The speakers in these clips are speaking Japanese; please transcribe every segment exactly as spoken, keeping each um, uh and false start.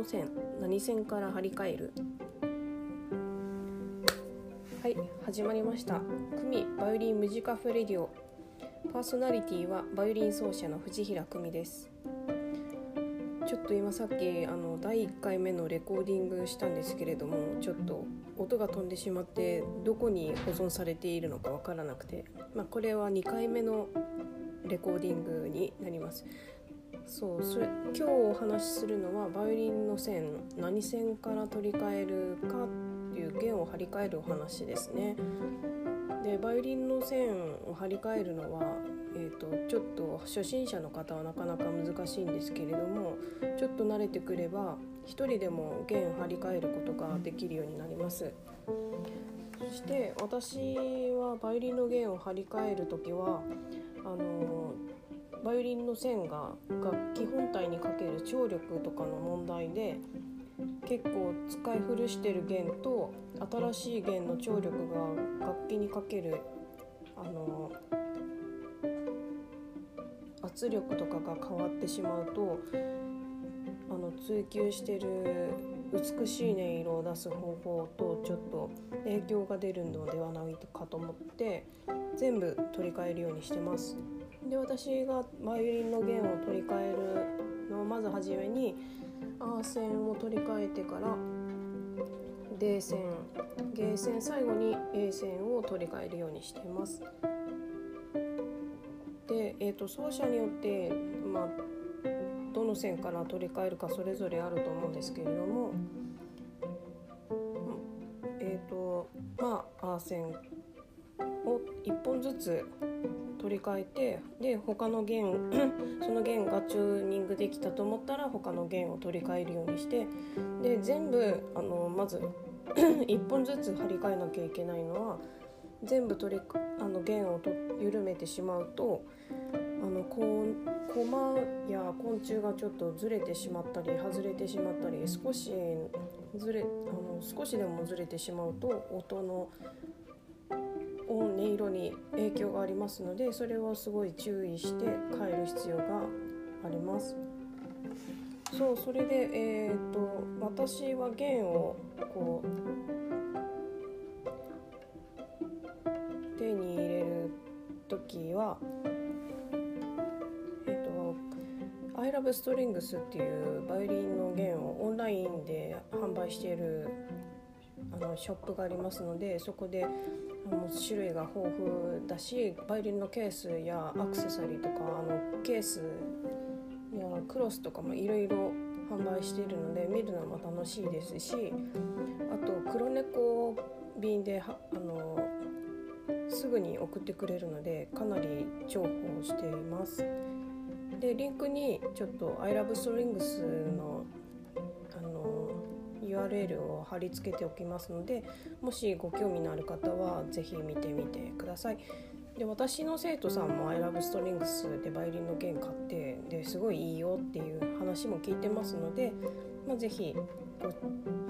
の線何線から張り替える。はい、始まりました。久美バイオリンムジカフレディオ。パーソナリティはバイオリン奏者の藤平久美です。ちょっと今さっきあのだいいっかいめのレコーディングしたんですけれども、ちょっと音が飛んでしまってどこに保存されているのかわからなくて、まあ、これはにかいめのレコーディングになります。そうそれ今日お話しするのはバイオリンの線何線から取り替えるかっていう弦を張り替えるお話ですね。でバイオリンの線を張り替えるのは、えーと、ちょっと初心者の方はなかなか難しいんですけれども、ちょっと慣れてくれば一人でも弦張り替えることができるようになります。そして私はバイオリンの弦を張り替えるときはあのバイオリンの線が楽器本体にかける張力とかの問題で結構使い古してる弦と新しい弦の張力が楽器にかけるあの圧力とかが変わってしまうと、あの追求してる美しい音色を出す方法とちょっと影響が出るのではないかと思って全部取り替えるようにしてます。で私がバイオリンの弦を取り替えるのはまずはじめにアー線を取り替えてから D 線、ゲー線、最後に A 線を取り替えるようにしています。で、えーと、奏者によって、まあ、どの線から取り替えるかそれぞれあると思うんですけれども、えーとまあ、アー線をいっぽんずつ取り替えて、で他の弦その弦がチューニングできたと思ったら他の弦を取り替えるようにして、で全部あのまずいっぽんずつ張り替えなきゃいけないのは、全部取りあの弦をと緩めてしまうとあのこうコマや昆虫がちょっとずれてしまったり外れてしまったり、少しずれあの少しでもずれてしまうと音の音色に影響がありますので、それをすごい注意して変える必要があります。そうそれで、えー、と私は弦をこう手に入れるときは、えー、と I Love Strings っていうバイオリンの弦をオンラインで販売しているあのショップがありますので、そこで種類が豊富だし、バイオリンのケースやアクセサリーとかあのケースやクロスとかもいろいろ販売しているので見るのも楽しいですし、あと黒猫便ではあのすぐに送ってくれるのでかなり重宝しています。でリンクにちょっと I Love Strings のユーアールエル を貼り付けておきますので、もしご興味のある方はぜひ見てみてください。で私の生徒さんも I Love Strings でバイオリンの弦買ってですごいいいよっていう話も聞いてますので、まあ、ぜひ ご, あの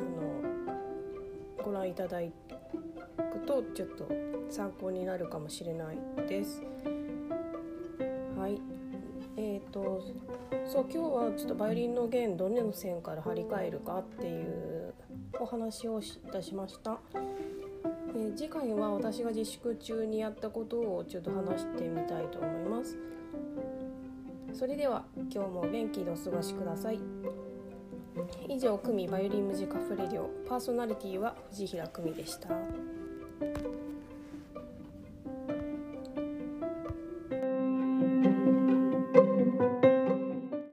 ご覧いただくとちょっと参考になるかもしれないです。はい、えーとそう今日はちょっとバイオリンの弦どの線から張り替えるかっていうお話をいたしました。えー、次回は私が自粛中にやったことをちょっと話してみたいと思います。それでは今日も元気でお過ごしください。以上、久美バイオリンムジカフレディオ、パーソナリティは藤平久美でした。